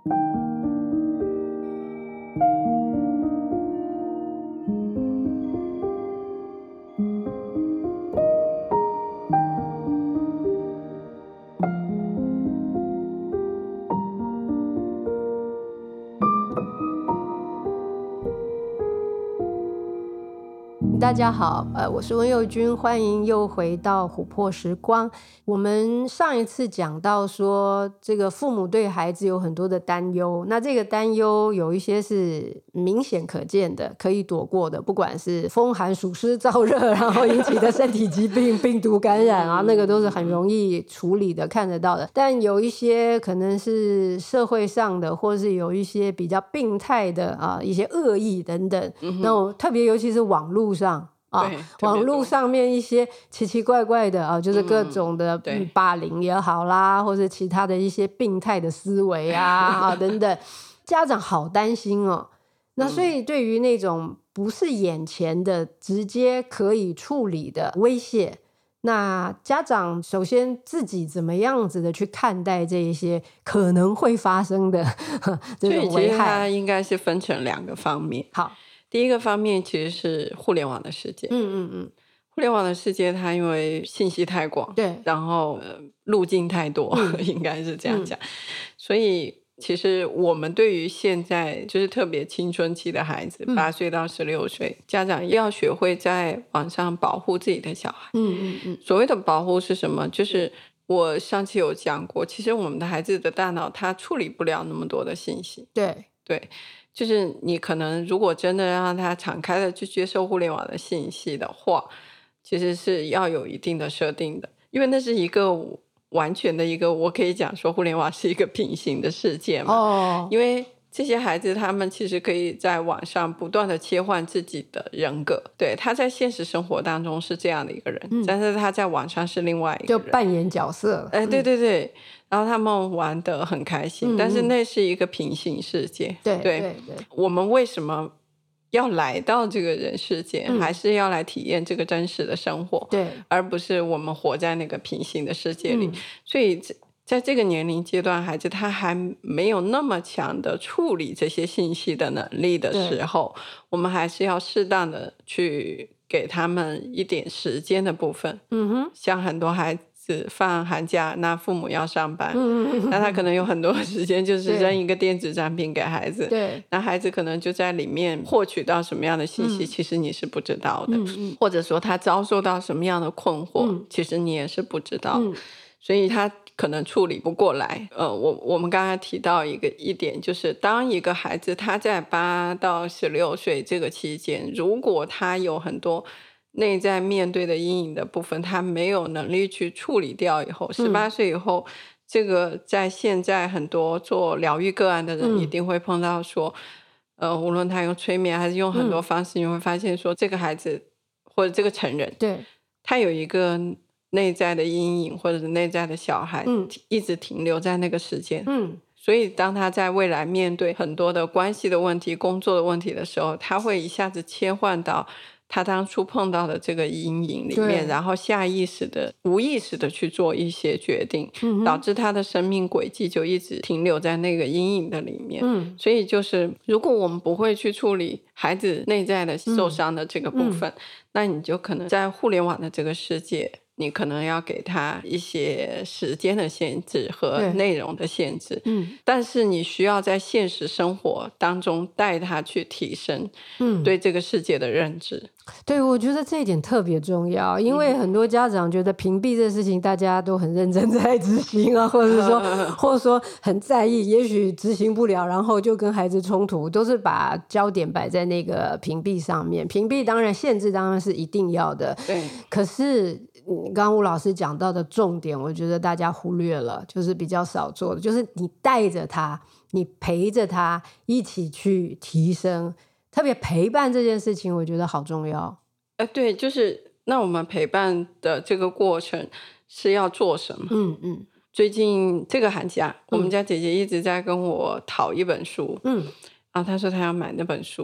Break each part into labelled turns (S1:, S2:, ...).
S1: 大家好，我是温佑君，欢迎又回到琥珀时光。我们上一次讲到说，这个父母对孩子有很多的担忧，那这个担忧有一些是明显可见的，可以躲过的，不管是风寒暑湿燥热然后引起的身体疾病病毒感染啊，那个都是很容易处理的，看得到的。但有一些可能是社会上的，或是有一些比较病态的一些恶意等等，那我特别尤其是网络上网络上面一些奇奇怪怪的就是各种的霸凌也好啦，或者其他的一些病态的思维等等，家长好担心哦。那所以对于那种不是眼前的直接可以处理的威胁，那家长首先自己怎么样子的去看待这一些可能会发生的这种危害？
S2: 所以其实它应该是分成两个方面。
S1: 好，
S2: 第一个方面其实是互联网的世界。互联网的世界它因为信息太广，
S1: 对，
S2: 然后路径太多，应该是这样讲。所以其实我们对于现在就是特别青春期的孩子，8岁到16岁，家长要学会在网上保护自己的小孩。所谓的保护是什么？就是我上期有讲过，其实我们的孩子的大脑他处理不了那么多的信息。对，就是你可能如果真的让他敞开的去接受互联网的信息的话，其实是要有一定的设定的，因为那是一个完全的一个，我可以讲说互联网是一个平行的世界嘛。因为这些孩子他们其实可以在网上不断的切换自己的人格，对，他在现实生活当中是这样的一个人，但是他在网上是另外一个人，
S1: 就扮演角色。
S2: 对，然后他们玩得很开心，但是那是一个平行世界。
S1: 对，
S2: 我们为什么要来到这个人世间，还是要来体验这个真实的生活，
S1: 对，
S2: 而不是我们活在那个平行的世界里。所以在这个年龄阶段，孩子他还没有那么强的处理这些信息的能力的时候，我们还是要适当的去给他们一点时间的部分。像很多孩子放寒假，那父母要上班，那他可能有很多时间就是扔一个电子产品给孩子，
S1: 对，
S2: 那孩子可能就在里面获取到什么样的信息，其实你是不知道的，或者说他遭受到什么样的困惑，其实你也是不知道，所以他可能处理不过来。我们刚才提到一点，就是当一个孩子他在8到16岁这个期间，如果他有很多内在面对的阴影的部分，他没有能力去处理掉以后，18岁以后，这个在现在很多做疗愈个案的人一定会碰到说，无论他用催眠还是用很多方式，你会发现说这个孩子或者这个成人，
S1: 对，
S2: 他有一个内在的阴影或者是内在的小孩，一直停留在那个时间。所以当他在未来面对很多的关系的问题、工作的问题的时候，他会一下子切换到他当初碰到的这个阴影里面，然后下意识的无意识的去做一些决定，导致他的生命轨迹就一直停留在那个阴影的里面。所以就是如果我们不会去处理孩子内在的受伤的这个部分，那你就可能在互联网的这个世界，你可能要给他一些时间的限制和内容的限制，但是你需要在现实生活当中带他去提升对这个世界的认知。
S1: 对，我觉得这一点特别重要，因为很多家长觉得屏蔽这事情大家都很认真在执行或者说很在意，也许执行不了，然后就跟孩子冲突，都是把焦点摆在那个屏蔽上面。屏蔽当然限制当然是一定要的，
S2: 对，
S1: 可是刚刚吴老师讲到的重点，我觉得大家忽略了，就是比较少做的，就是你带着他，你陪着他一起去提升，特别陪伴这件事情我觉得好重要。
S2: 对，就是那我们陪伴的这个过程是要做什么？最近这个寒假，我们家姐姐一直在跟我讨一本书，然后她说她要买那本书，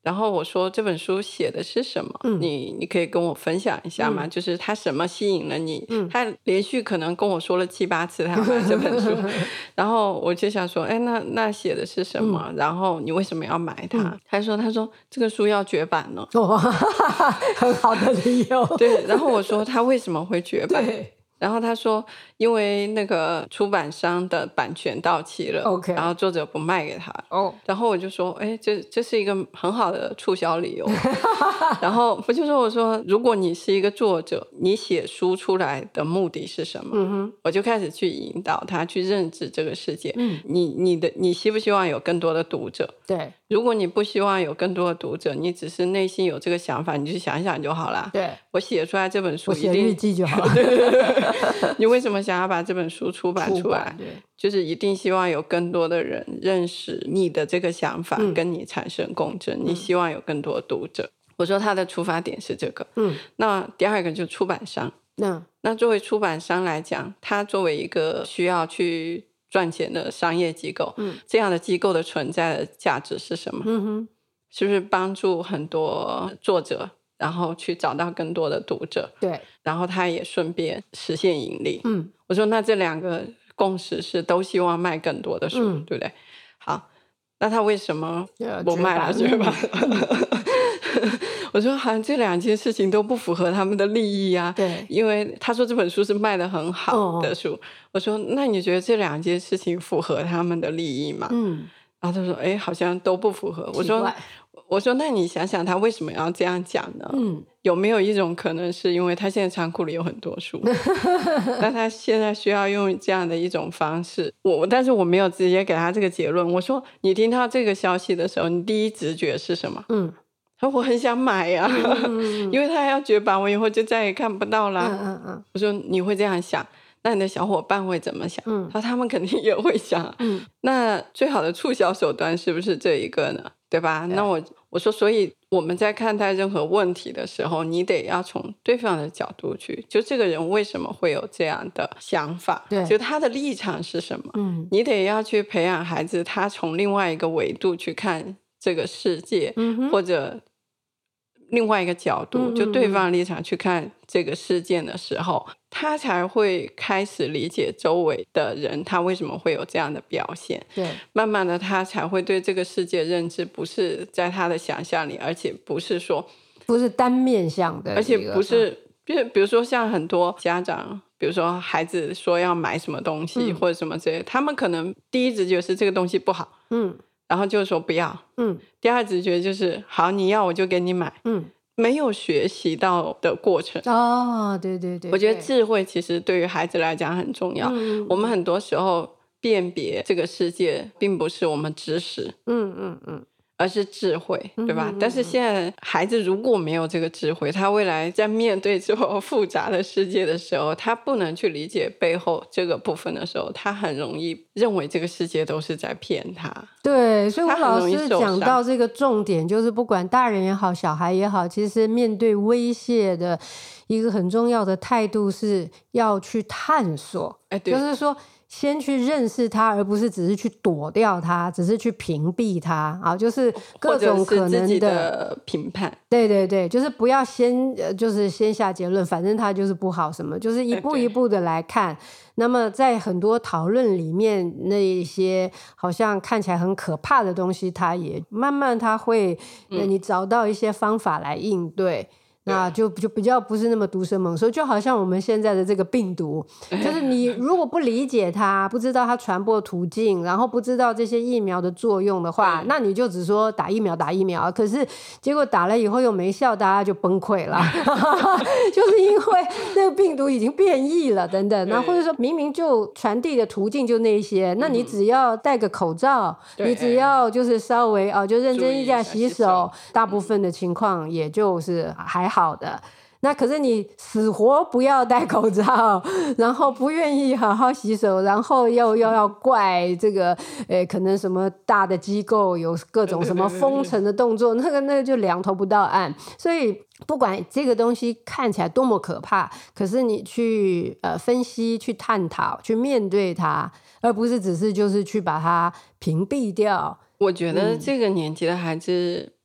S2: 然后我说这本书写的是什么？你可以跟我分享一下吗？就是他什么吸引了你？他连续可能跟我说了7、8次他要买这本书，然后我就想说，哎，那写的是什么？然后你为什么要买它？他说这个书要绝版了。
S1: 很好的理由。
S2: 对，然后我说他为什么会绝版？
S1: 对。
S2: 然后他说因为那个出版商的版权到期了，
S1: OK
S2: 然后作者不卖给他。然后我就说哎，这是一个很好的促销理由。然后我说如果你是一个作者，你写书出来的目的是什么？我就开始去引导他去认知这个世界。你希不希望有更多的读者？
S1: 对，
S2: 如果你不希望有更多的读者，你只是内心有这个想法，你就想想就好了。
S1: 对，
S2: 我写出来这本书
S1: 我写日记就好了。
S2: 你为什么想要把这本书出版出来？就是一定希望有更多的人认识你的这个想法，跟你产生共振。你希望有更多的读者。我说他的出发点是这个。那第二个就出版商。那作为出版商来讲，他作为一个需要去赚钱的商业机构，这样的机构的存在的价值是什么？是不是帮助很多作者然后去找到更多的读者？对，然后他也顺便实现盈利。我说那这2个共识是都希望卖更多的书，对不对？好，那他为什么不卖了绝版？我说好像这2件事情都不符合他们的利益啊。对，因为他说这本书是卖得很好的书。我说那你觉得这2件事情符合他们的利益吗？然后他说哎，好像都不符合。我说那你想想他为什么要这样讲呢？有没有一种可能是因为他现在仓库里有很多书，那他现在需要用这样的一种方式。但是我没有直接给他这个结论。我说你听到这个消息的时候，你第一直觉是什么？他说我很想买呀。因为他要绝版，我以后就再也看不到啦。我说你会这样想，那你的小伙伴会怎么想？他说他们肯定也会想。那最好的促销手段是不是这一个呢？对吧？那我说所以我们在看待任何问题的时候，你得要从对方的角度去，就这个人为什么会有这样的想法，就他的立场是什么。你得要去培养孩子他从另外一个维度去看这个世界，或者另外一个角度，就对方的立场去看这个事件的时候，他才会开始理解周围的人他为什么会有这样的表现。对，慢慢的他才会对这个世界认知不是在他的想象里，而且不是
S1: 单面向的，
S2: 而且不是比如说像很多家长，比如说孩子说要买什么东西或者什么之类的，他们可能第一直觉是这个东西不好，然后就说不要，第二直觉就是好，你要我就给你买，没有学习到的过程。对对对，我觉得智慧其实对于孩子来讲很重要。我们很多时候辨别这个世界并不是我们知识，而是智慧，对吧？但是现在孩子如果没有这个智慧，他未来在面对这么复杂的世界的时候，他不能去理解背后这个部分的时候，他很容易认为这个世界都是在骗他。对，所以我老师讲到这个重点，就是不管大人也好小孩也好，其实面对威胁的一个很重要的态度是要去探索，就是说先去认识它，而不是只是去躲掉它，只是去屏蔽它啊，就是各种可能的，或者是自己的评判。对对对，就是不要就是先下结论，反正它就是不好什么，就是一步一步的来看。那么在很多讨论里面，那一些好像看起来很可怕的东西，它也慢慢它会你找到一些方法来应对。那就比较不是那么毒蛇猛兽，就好像我们现在的这个病毒，就是你如果不理解它，不知道它传播途径，然后不知道这些疫苗的作用的话，那你就只说打疫苗，可是结果打了以后又没效，大家就崩溃了。就是因为那个病毒已经变异了等等，那或者说明明就传递的途径就那些，那你只要戴个口罩，你只要就是稍微就认真一下洗手，大部分的情况也就是还好的。那可是你死活不要戴口罩，然后不愿意好好洗手，然后又要怪这个可能什么大的机构有各种什么封城的动作，那个就两头不到岸。所以不管这个东西看起来多么可怕，可是你去分析、去探讨、去面对它，而不是只是就是去把它屏蔽掉。我觉得这个年纪的孩子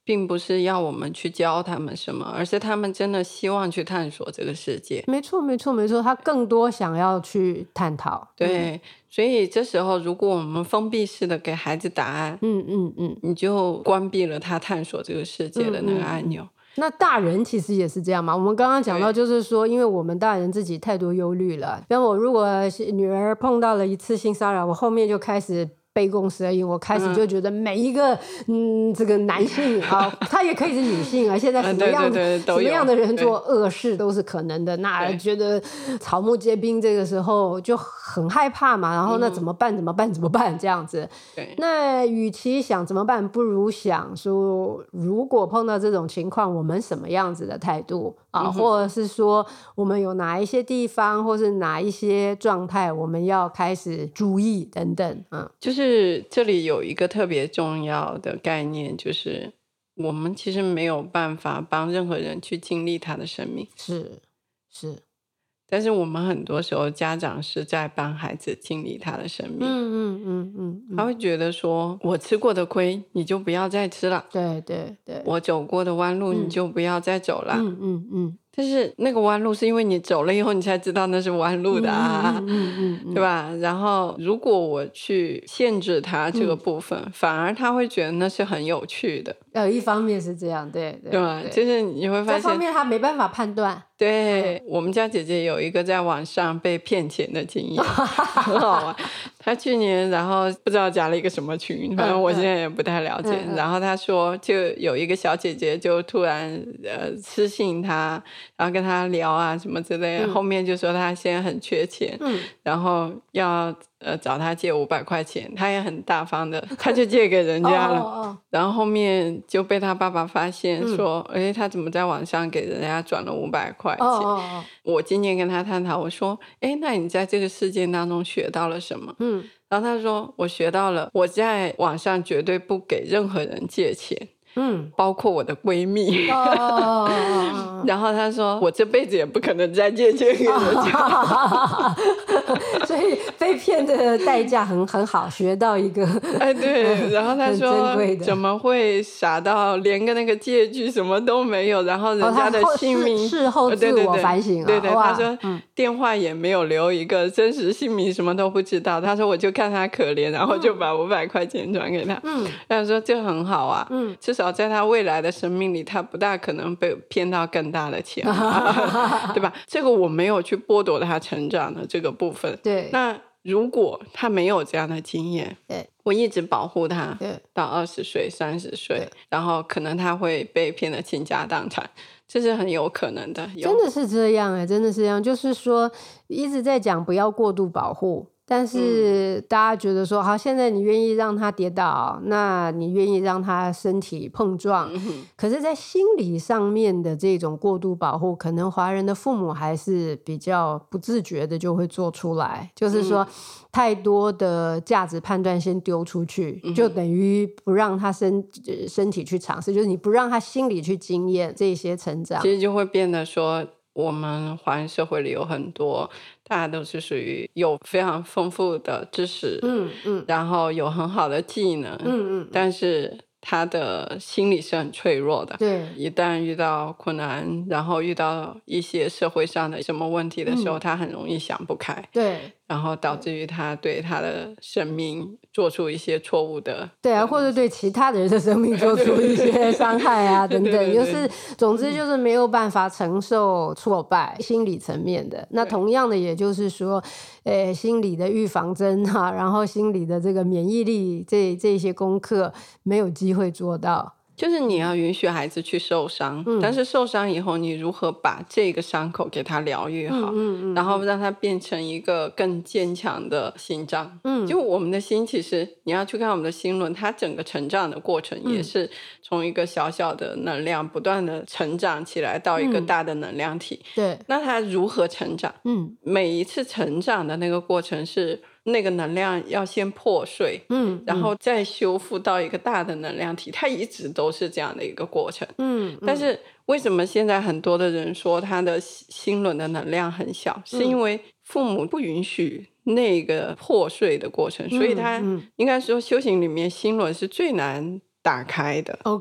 S2: 并不是要我们去教他们什么，而是他们真的希望去探索这个世界。
S1: 没错没错没错，他更多想要去探讨。
S2: 对，所以这时候如果我们封闭式的给孩子答案，你就关闭了他探索这个世界的那个按钮。
S1: 那大人其实也是这样嘛，我们刚刚讲到就是说，因为我们大人自己太多忧虑了，比方我如果女儿碰到了一次性骚扰，我后面就开始杯弓蛇影，我开始就觉得每一个这个男性啊，他也可以是女性啊，现在什么样什么样的人做恶事都是可能的，那觉得草木皆兵，这个时候就很害怕嘛，然后那怎么办这样子。那与其想怎么办，不如想说如果碰到这种情况，我们什么样子的态度啊，或者是说我们有哪一些地方或是哪一些状态我们要开始注意等等。
S2: 就是这里有一个特别重要的概念，就是我们其实没有办法帮任何人去经历他的生命，
S1: 是，
S2: 但是我们很多时候家长是在帮孩子经历他的生命。他会觉得说，我吃过的亏你就不要再吃了，
S1: 对，
S2: 我走过的弯路你就不要再走了。但是那个弯路是因为你走了以后你才知道那是弯路的啊，对吧？然后如果我去限制他这个部分，反而他会觉得那是很有趣的。
S1: 一方面是这样，对
S2: 吧？就是你会发现
S1: 这方面他没办法判断。
S2: 对，我们家姐姐有一个在网上被骗钱的经验，很好玩。她去年然后不知道加了一个什么群，反正我现在也不太了解。然后她说就有一个小姐姐就突然私信她，然后跟她聊啊什么之类的，后面就说她现在很缺钱，然后要找她借500块钱，她也很大方的，她就借给人家了。然后后面就被她爸爸发现说，她怎么在网上给人家转了500块钱。我今天跟她探讨，我说那你在这个事件当中学到了什么？然后她说我学到了我在网上绝对不给任何人借钱，包括我的闺蜜。然后她说我这辈子也不可能再借钱给人家。
S1: 所以被骗的代价很好，学到一个
S2: 对。然后她说怎么会傻到连个那个借据什么都没有，然后人家的姓名
S1: 事后自我反省了。
S2: 对，她说电话也没有留一个，真实姓名什么都不知道。她说我就看她可怜，然后就把500块钱转给她。她说这很好啊，至少在她未来的生命里，她不大可能被骗到更大的钱。对吧？这个我没有去剥夺她成长的这个部分。
S1: 对，
S2: 那如果她没有这样的经验，我一直保护她到20岁30岁，然后可能她会被骗得倾家荡产，这是很有可能的。
S1: 真的是这样真的是这样，就是说一直在讲不要过度保护，但是大家觉得说好，现在你愿意让他跌倒，那你愿意让他身体碰撞，可是在心理上面的这种过度保护，可能华人的父母还是比较不自觉的就会做出来，就是说太多的价值判断先丢出去，就等于不让他身体去尝试，就是你不让他心理去经验这些成长，
S2: 其实就会变得说我们华人社会里有很多大家都是属于有非常丰富的知识，然后有很好的技能，但是他的心理是很脆弱的。
S1: 对，
S2: 一旦遇到困难，然后遇到一些社会上的什么问题的时候，他很容易想不开。
S1: 对，
S2: 然后导致于他对他的生命做出一些错误的，
S1: 对啊，或者对其他的人的生命做出一些伤害啊等等，就是总之就是没有办法承受挫败，心理层面的。那同样的，也就是说，心理的预防针啊，然后心理的这个免疫力这些功课没有机会做到。
S2: 就是你要允许孩子去受伤，但是受伤以后你如何把这个伤口给他疗愈好，然后让他变成一个更坚强的心脏。就我们的心，其实你要去看我们的心轮，它整个成长的过程也是从一个小小的能量不断的成长起来到一个大的能量体。
S1: 对，
S2: 那它如何成长？每一次成长的那个过程是那个能量要先破碎，然后再修复到一个大的能量体，它一直都是这样的一个过程。但是为什么现在很多的人说他的心轮的能量很小，是因为父母不允许那个破碎的过程，所以他应该说修行里面心轮是最难打开的。
S1: OK，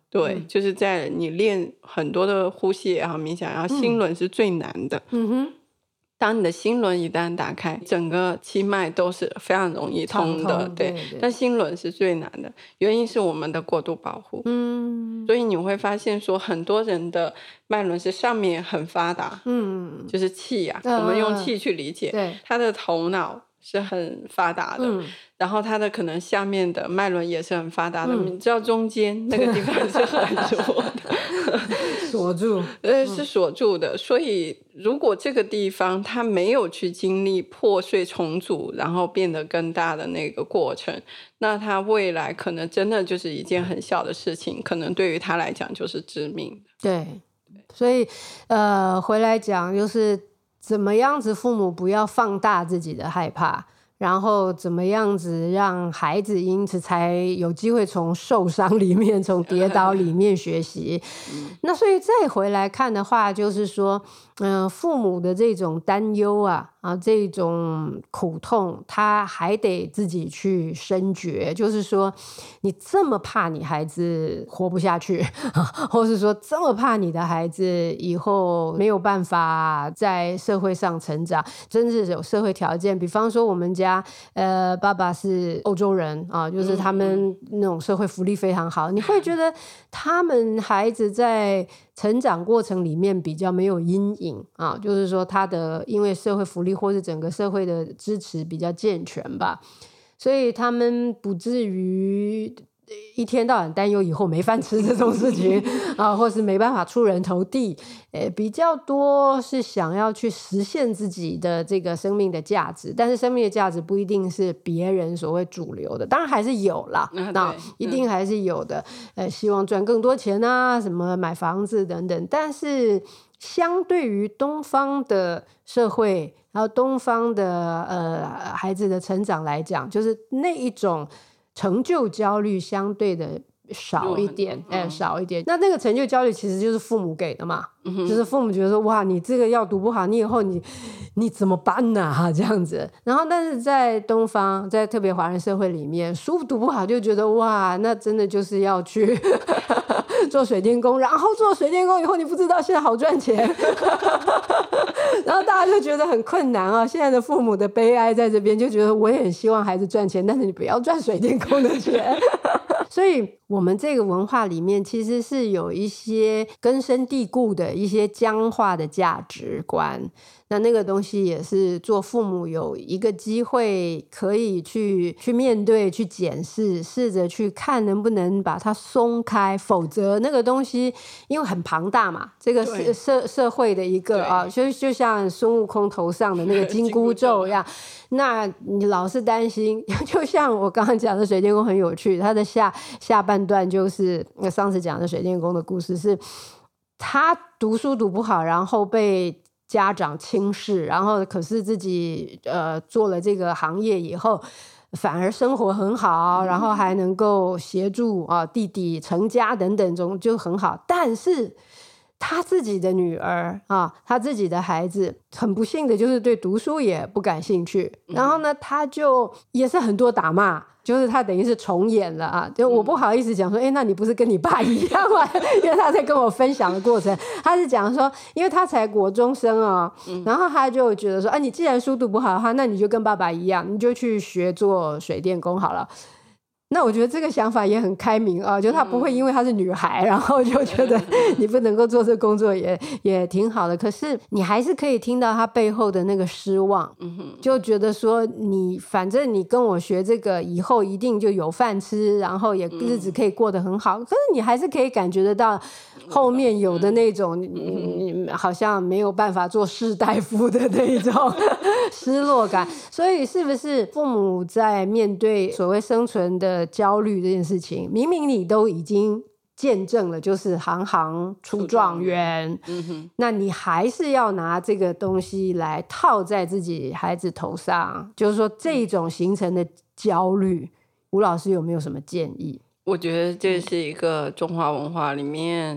S2: 对，就是在你练很多的呼吸也好，冥想也好，心轮是最难的。当你的心轮一旦打开，整个气脉都是非常容易通的。对，但心轮是最难的，原因是我们的过度保护。所以你会发现说，很多人的脉轮是上面很发达，就是气啊，我们用气去理解，他的头脑是很发达的，然后他的可能下面的脉轮也是很发达的，你知道中间那个地方是很弱的，
S1: 锁住，
S2: 是锁住的。所以如果这个地方他没有去经历破碎重组，然后变得更大的那个过程，那他未来可能真的就是一件很小的事情，可能对于他来讲就是致命的。
S1: 对，所以回来讲就是怎么样子父母不要放大自己的害怕，然后怎么样子让孩子因此才有机会从受伤里面从跌倒里面学习。那所以再回来看的话，就是说父母的这种担忧啊这种苦痛他还得自己去深觉，就是说你这么怕你孩子活不下去或是说这么怕你的孩子以后没有办法在社会上成长，真是有社会条件，比方说我们家爸爸是欧洲人就是他们那种社会福利非常好，你会觉得他们孩子在成长过程里面比较没有阴影就是说他的因为社会福利或是整个社会的支持比较健全吧，所以他们不至于一天到晚担忧以后没饭吃这种事情或是没办法出人头地，比较多是想要去实现自己的这个生命的价值，但是生命的价值不一定是别人所谓主流的，当然还是有啦一定还是有的希望赚更多钱什么买房子等等，但是相对于东方的社会然后东方的孩子的成长来讲，就是那一种成就焦虑相对的少一点少一点，那个成就焦虑其实就是父母给的嘛就是父母觉得说哇你这个要读不好你以后你怎么办呢这样子，然后但是在东方在特别华人社会里面书读不好就觉得哇那真的就是要去做水电工，然后做水电工以后你不知道现在好赚钱然后大家就觉得很困难现在的父母的悲哀在这边，就觉得我也很希望孩子赚钱，但是你不要赚水电工的钱所以我们这个文化里面其实是有一些根深蒂固的一些僵化的价值观，那个东西也是做父母有一个机会可以去面对去检视，试着去看能不能把它松开，否则那个东西因为很庞大嘛，这个社会的一个就像孙悟空头上的那个紧箍咒一样那你老是担心就像我刚刚讲的水电工很有趣，他的下半段就是上次讲的水电工的故事，是他读书读不好，然后被家长轻视，然后可是自己做了这个行业以后反而生活很好，然后还能够协助弟弟成家等等中就很好，但是他自己的女儿他自己的孩子很不幸的就是对读书也不感兴趣，然后呢他就也是很多打骂，就是他等于是重演了就我不好意思讲说那你不是跟你爸一样吗因为他在跟我分享的过程他是讲说因为他才国中生然后他就觉得说你既然书读不好的话，那你就跟爸爸一样，你就去学做水电工好了。那我觉得这个想法也很开明就他不会因为她是女孩然后就觉得你不能够做这工作也挺好的，可是你还是可以听到他背后的那个失望就觉得说你反正你跟我学这个以后一定就有饭吃，然后也日子可以过得很好可是你还是可以感觉得到后面有的那种好像没有办法做士大夫的那种失落感，所以是不是父母在面对所谓生存的焦虑这件事情，明明你都已经见证了就是行行出状元那你还是要拿这个东西来套在自己孩子头上，就是说这种形成的焦虑吴老师有没有什么建议？
S2: 我觉得这是一个中华文化里面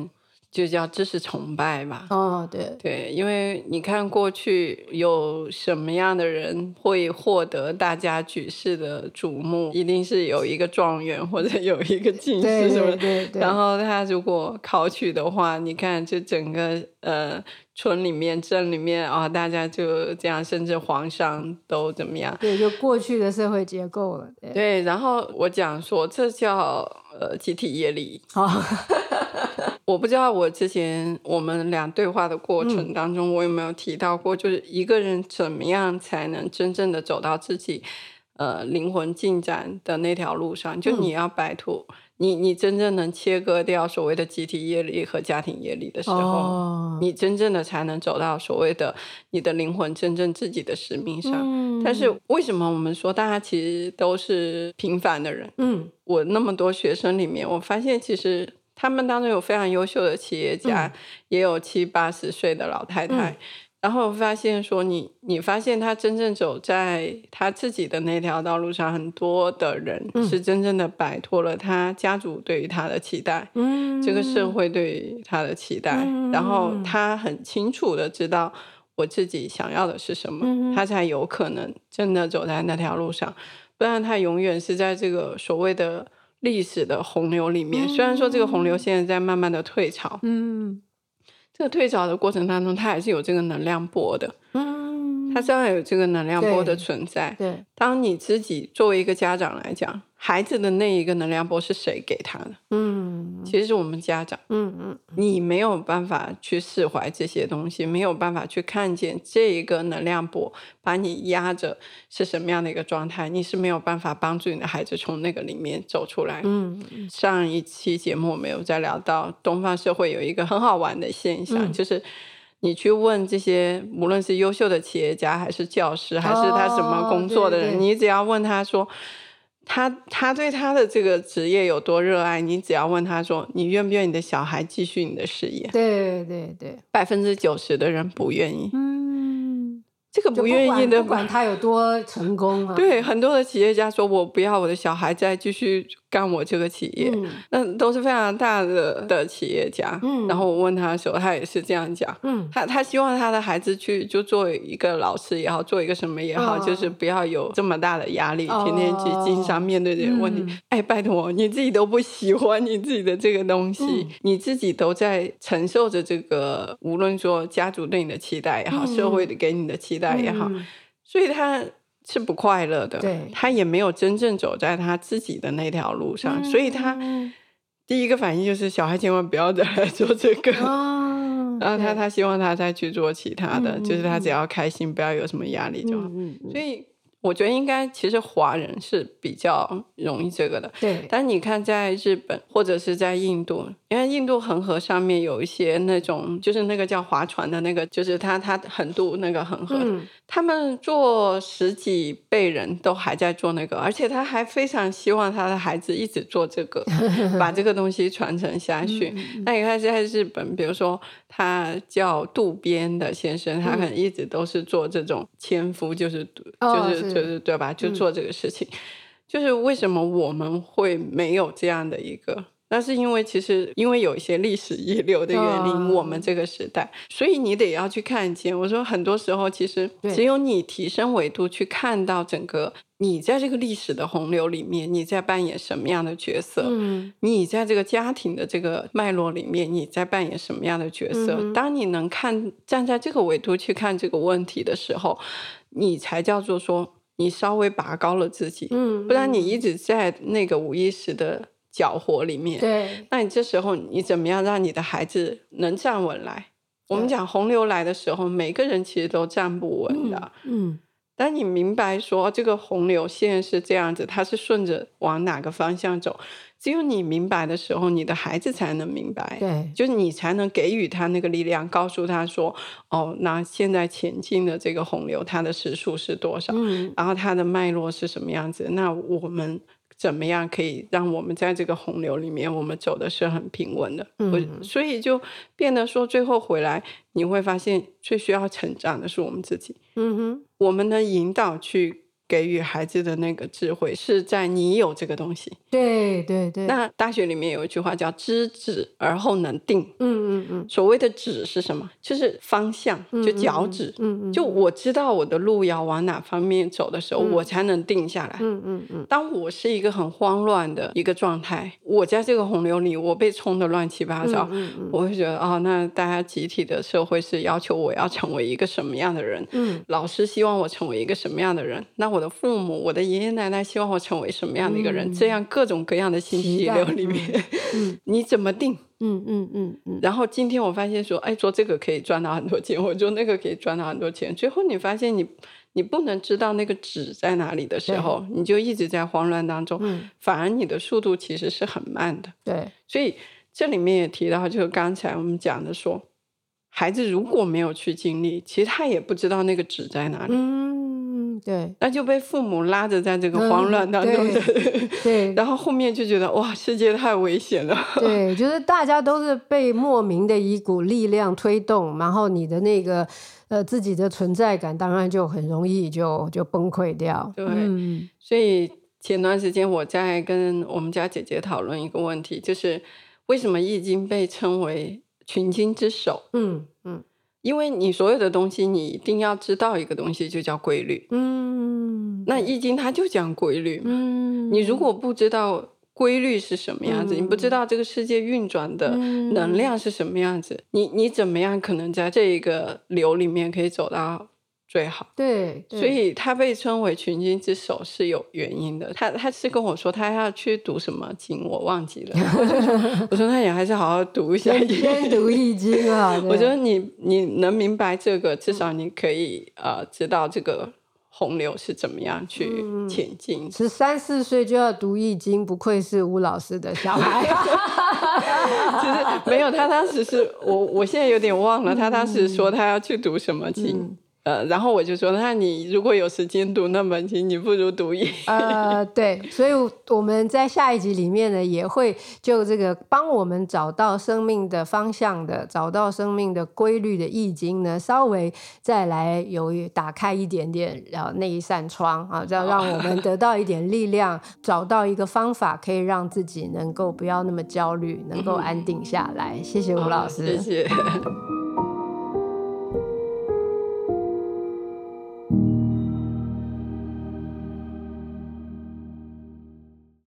S2: 就叫知识崇拜吧。
S1: 对
S2: 对，因为你看过去有什么样的人会获得大家举世的瞩目，一定是有一个状元或者有一个进士什么
S1: 对，
S2: 然后他如果考取的话，你看这整个村里面镇里面大家就这样，甚至皇上都怎么样。
S1: 对，就过去的社会结构了。
S2: 对，然后我讲说这叫集体业力。我不知道我们俩对话的过程当中，我有没有提到过，就是一个人怎么样才能真正的走到自己灵魂进展的那条路上，就你要摆脱你真正能切割掉所谓的集体业力和家庭业力的时候，你真正的才能走到所谓的你的灵魂真正自己的使命上。但是为什么我们说大家其实都是平凡的人？我那么多学生里面，我发现其实他们当中有非常优秀的企业家，也有70、80岁的老太太。然后我发现说你发现他真正走在他自己的那条道路上，很多的人是真正的摆脱了他家族对于他的期待，这个社会对于他的期待，然后他很清楚的知道我自己想要的是什么，他才有可能真的走在那条路上。不然他永远是在这个所谓的历史的洪流里面。虽然说这个洪流现在在慢慢的退潮，这个退潮的过程当中，它还是有这个能量波的，它当然有这个能量波的存在。
S1: 对，
S2: 当你自己作为一个家长来讲，孩子的那一个能量波是谁给他的？其实是我们家长。你没有办法去释怀这些东西，没有办法去看见这一个能量波把你压着是什么样的一个状态，你是没有办法帮助你的孩子从那个里面走出来。上一期节目我们有在聊到东方社会有一个很好玩的现象，就是你去问这些无论是优秀的企业家还是教师还是他什么工作的人，你只要问他说他对他的这个职业有多热爱，你只要问他说你愿不愿意你的小孩继续你的事业
S1: 对
S2: ，90%的人不愿意。这个不愿意的，
S1: 不管他有多成功
S2: 对，很多的企业家说我不要我的小孩再继续干我这个企业，那都是非常大的企业家。然后我问他的时候，他也是这样讲。他希望他的孩子去就做一个老师也好，做一个什么也好，就是不要有这么大的压力，天天去经商面对这些问题。拜托，你自己都不喜欢你自己的这个东西，你自己都在承受着这个，无论说家族对你的期待也好，社会给你的期待也好，所以他是不快乐的，他也没有真正走在他自己的那条路上，所以他第一个反应就是小孩千万不要再来做这个，然后他希望他再去做其他的，就是他只要开心，不要有什么压力就好。所以我觉得应该其实华人是比较容易这个的。但你看在日本或者是在印度，因为印度恒河上面有一些那种就是那个叫划船的那个，就是他横渡那个恒河，他们做10几辈人都还在做那个，而且他还非常希望他的孩子一直做这个把这个东西传承下去。那你看在日本，比如说他叫渡边的先生，他可能一直都是做这种纤夫，就是对吧，就做这个事情。就是为什么我们会没有这样的一个，那是因为其实因为有一些历史遗留的原因，我们这个时代，所以你得要去看见。我说很多时候其实只有你提升维度去看到整个你在这个历史的洪流里面你在扮演什么样的角色，你在这个家庭的这个脉络里面你在扮演什么样的角色，当你能站在这个维度去看这个问题的时候，你才叫做说你稍微拔高了自己，不然你一直在那个无意识的搅和里面，那你这时候你怎么样让你的孩子能站稳来？我们讲洪流来的时候，每个人其实都站不稳的。但你明白说这个洪流现在是这样子，它是顺着往哪个方向走，只有你明白的时候，你的孩子才能明白，就是你才能给予他那个力量，告诉他说那现在前进的这个洪流它的时速是多少，然后它的脉络是什么样子，那我们怎么样可以让我们在这个洪流里面我们走的是很平稳的。所以就变得说最后回来你会发现最需要成长的是我们自己。我们能引导去给予孩子的那个智慧是在你有这个东西。
S1: 对对对，
S2: 那大学里面有一句话叫知止而后能定。所谓的止是什么？就是方向，就脚趾。就我知道我的路要往哪方面走的时候，我才能定下来。当我是一个很慌乱的一个状态，我在这个洪流里，我被冲得乱七八糟，我会觉得那大家集体的社会是要求我要成为一个什么样的人，老师希望我成为一个什么样的人，那我的父母我的爷爷奶奶希望我成为什么样的一个人，这样各种各样的信息流里面你怎么定？然后今天我发现说做这个可以赚到很多钱，我做那个可以赚到很多钱，最后你发现你不能知道那个止在哪里的时候，你就一直在慌乱当中，反而你的速度其实是很慢的。
S1: 对，
S2: 所以这里面也提到，就是刚才我们讲的说，孩子如果没有去经历，其实他也不知道那个止在哪里。
S1: 对，
S2: 那就被父母拉着在这个慌乱当中的，
S1: 对，
S2: 然后后面就觉得哇，世界太危险了。
S1: 对，就是大家都是被莫名的一股力量推动，然后你的那个自己的存在感当然就很容易就崩溃掉。
S2: 对，所以前段时间我在跟我们家姐姐讨论一个问题，就是为什么易经被称为群经之首？因为你所有的东西你一定要知道一个东西就叫规律。那易经它就讲规律嘛。你如果不知道规律是什么样子，你不知道这个世界运转的能量是什么样子，你怎么样可能在这一个流里面可以走到最好？
S1: 对，
S2: 所以他被称为群经之首是有原因的。他是跟我说他要去读什么经，我忘记了。我说那你还是好好读一下，
S1: 先读易经啊。
S2: 我觉得你能明白这个，至少你可以知道这个洪流是怎么样去前进。
S1: 13、14岁就要读易经，不愧是吴老师的小孩。
S2: 就是没有，他当时是我现在有点忘了，他当时说他要去读什么经。然后我就说，那你如果有时间读那本经，你不如读易。
S1: 对，所以我们在下一集里面呢，也会就这个帮我们找到生命的方向的，找到生命的规律的易经呢，稍微再来打开一点点那一扇窗啊，这样让我们得到一点力量，找到一个方法，可以让自己能够不要那么焦虑，能够安定下来。谢谢吴老师，
S2: 谢谢。